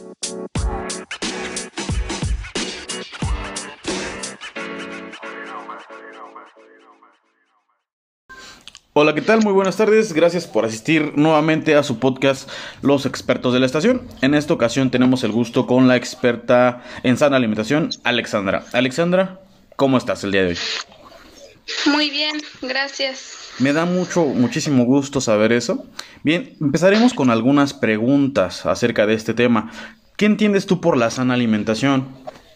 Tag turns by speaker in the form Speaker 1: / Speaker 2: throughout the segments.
Speaker 1: Hola, ¿qué tal? Muy buenas tardes. Gracias por asistir nuevamente a su podcast Los Expertos de la Estación. En esta ocasión tenemos el gusto con la experta en sana alimentación, Alexandra. Alexandra, ¿cómo estás el día de hoy?
Speaker 2: Muy bien, gracias.
Speaker 1: Me da muchísimo gusto saber eso. Bien, empezaremos con algunas preguntas acerca de este tema. ¿Qué entiendes tú por la sana alimentación?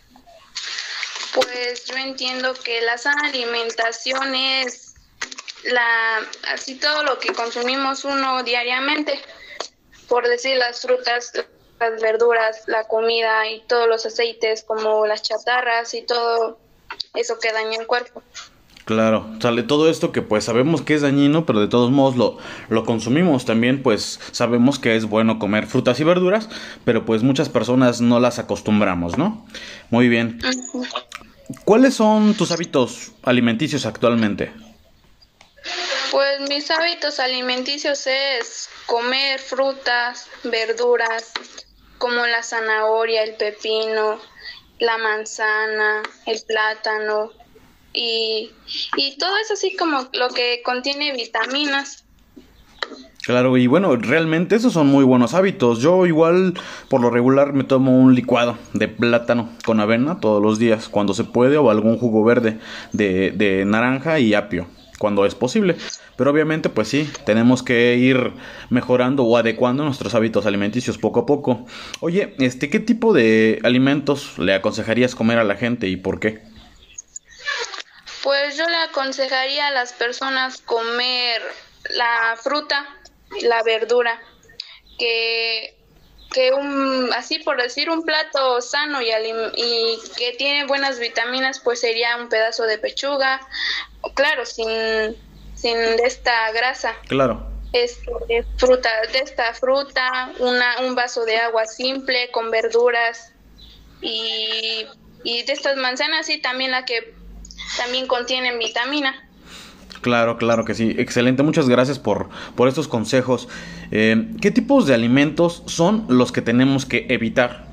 Speaker 2: Pues yo entiendo que la sana alimentación es así todo lo que consumimos uno diariamente, por decir las frutas, las verduras, la comida y todos los aceites como las chatarras y todo eso que daña el cuerpo.
Speaker 1: Claro, sale todo esto que pues sabemos que es dañino, pero de todos modos lo consumimos. También pues sabemos que es bueno comer frutas y verduras, pero pues muchas personas no las acostumbramos, ¿no? Muy bien.
Speaker 2: Uh-huh.
Speaker 1: ¿Cuáles son tus hábitos alimenticios actualmente?
Speaker 2: Pues mis hábitos alimenticios es comer frutas, verduras, como la zanahoria, el pepino, la manzana, el plátano y todo eso así como lo que contiene vitaminas.
Speaker 1: Claro, y bueno, realmente esos son muy buenos hábitos. Yo igual por lo regular me tomo un licuado de plátano con avena todos los días, cuando se puede, o algún jugo verde de naranja y apio, cuando es posible. Pero obviamente pues sí, tenemos que ir mejorando o adecuando nuestros hábitos alimenticios poco a poco. Oye, ¿qué tipo de alimentos le aconsejarías comer a la gente y por qué?
Speaker 2: Pues yo le aconsejaría a las personas comer la fruta, la verdura, que así por decir un plato sano y que tiene buenas vitaminas, pues sería un pedazo de pechuga, claro, sin esta grasa.
Speaker 1: Claro.
Speaker 2: De esta fruta, un vaso de agua simple con verduras y de estas manzanas, y también la que también contienen vitamina.
Speaker 1: Claro que sí. Excelente, muchas gracias por estos consejos. ¿Qué tipos de alimentos son los que tenemos que evitar?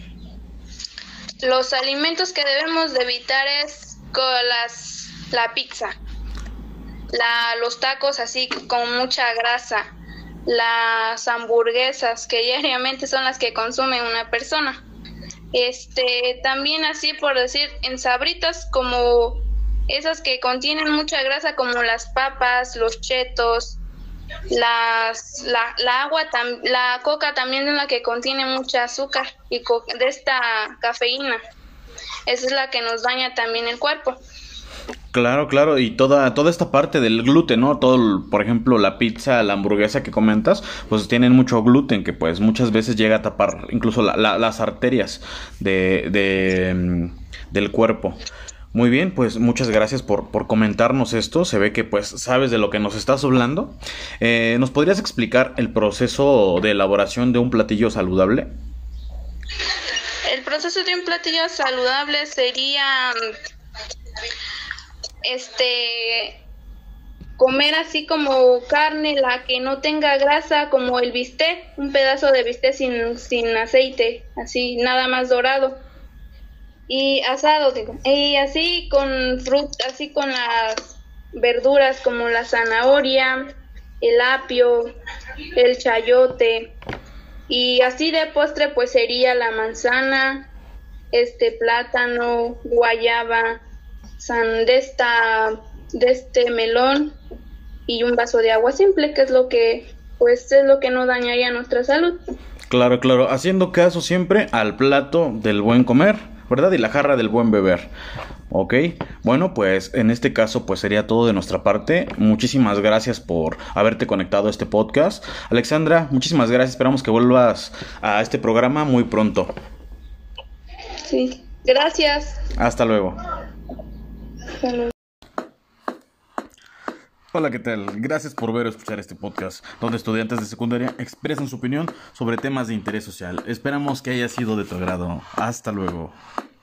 Speaker 2: Los alimentos que debemos de evitar es la pizza, los tacos así con mucha grasa, las hamburguesas que diariamente son las que consume una persona. También así por decir en sabritas como esas que contienen mucha grasa como las papas, los chetos, la agua, la coca también es la que contiene mucha azúcar y de esta cafeína. Esa es la que nos daña también el cuerpo.
Speaker 1: Claro, y toda esta parte del gluten, ¿no? Por ejemplo, la pizza, la hamburguesa que comentas, pues tienen mucho gluten que pues muchas veces llega a tapar incluso las arterias del cuerpo. Muy bien, pues muchas gracias por comentarnos esto. Se ve que pues sabes de lo que nos estás hablando. ¿Nos podrías explicar el proceso de elaboración de un platillo saludable?
Speaker 2: El proceso de un platillo saludable sería comer así como carne, la que no tenga grasa, como el bistec, un pedazo de bistec sin aceite, así nada más dorado y asado, digo, y así con fruta, así con las verduras como la zanahoria, el apio, el chayote, y así de postre pues sería la manzana, plátano, guayaba, de este melón y un vaso de agua simple, que es lo que no dañaría nuestra salud.
Speaker 1: Claro, haciendo caso siempre al plato del buen comer, ¿verdad? Y la jarra del buen beber. Ok, bueno, pues en este caso pues sería todo de nuestra parte. Muchísimas gracias por haberte conectado a este podcast. Alexandra, muchísimas gracias. Esperamos que vuelvas a este programa muy pronto.
Speaker 2: Sí, gracias.
Speaker 1: Hasta luego.
Speaker 2: Hasta luego.
Speaker 1: Hola, ¿qué tal? Gracias por ver o escuchar este podcast, donde estudiantes de secundaria expresan su opinión sobre temas de interés social. Esperamos que haya sido de tu agrado. Hasta luego.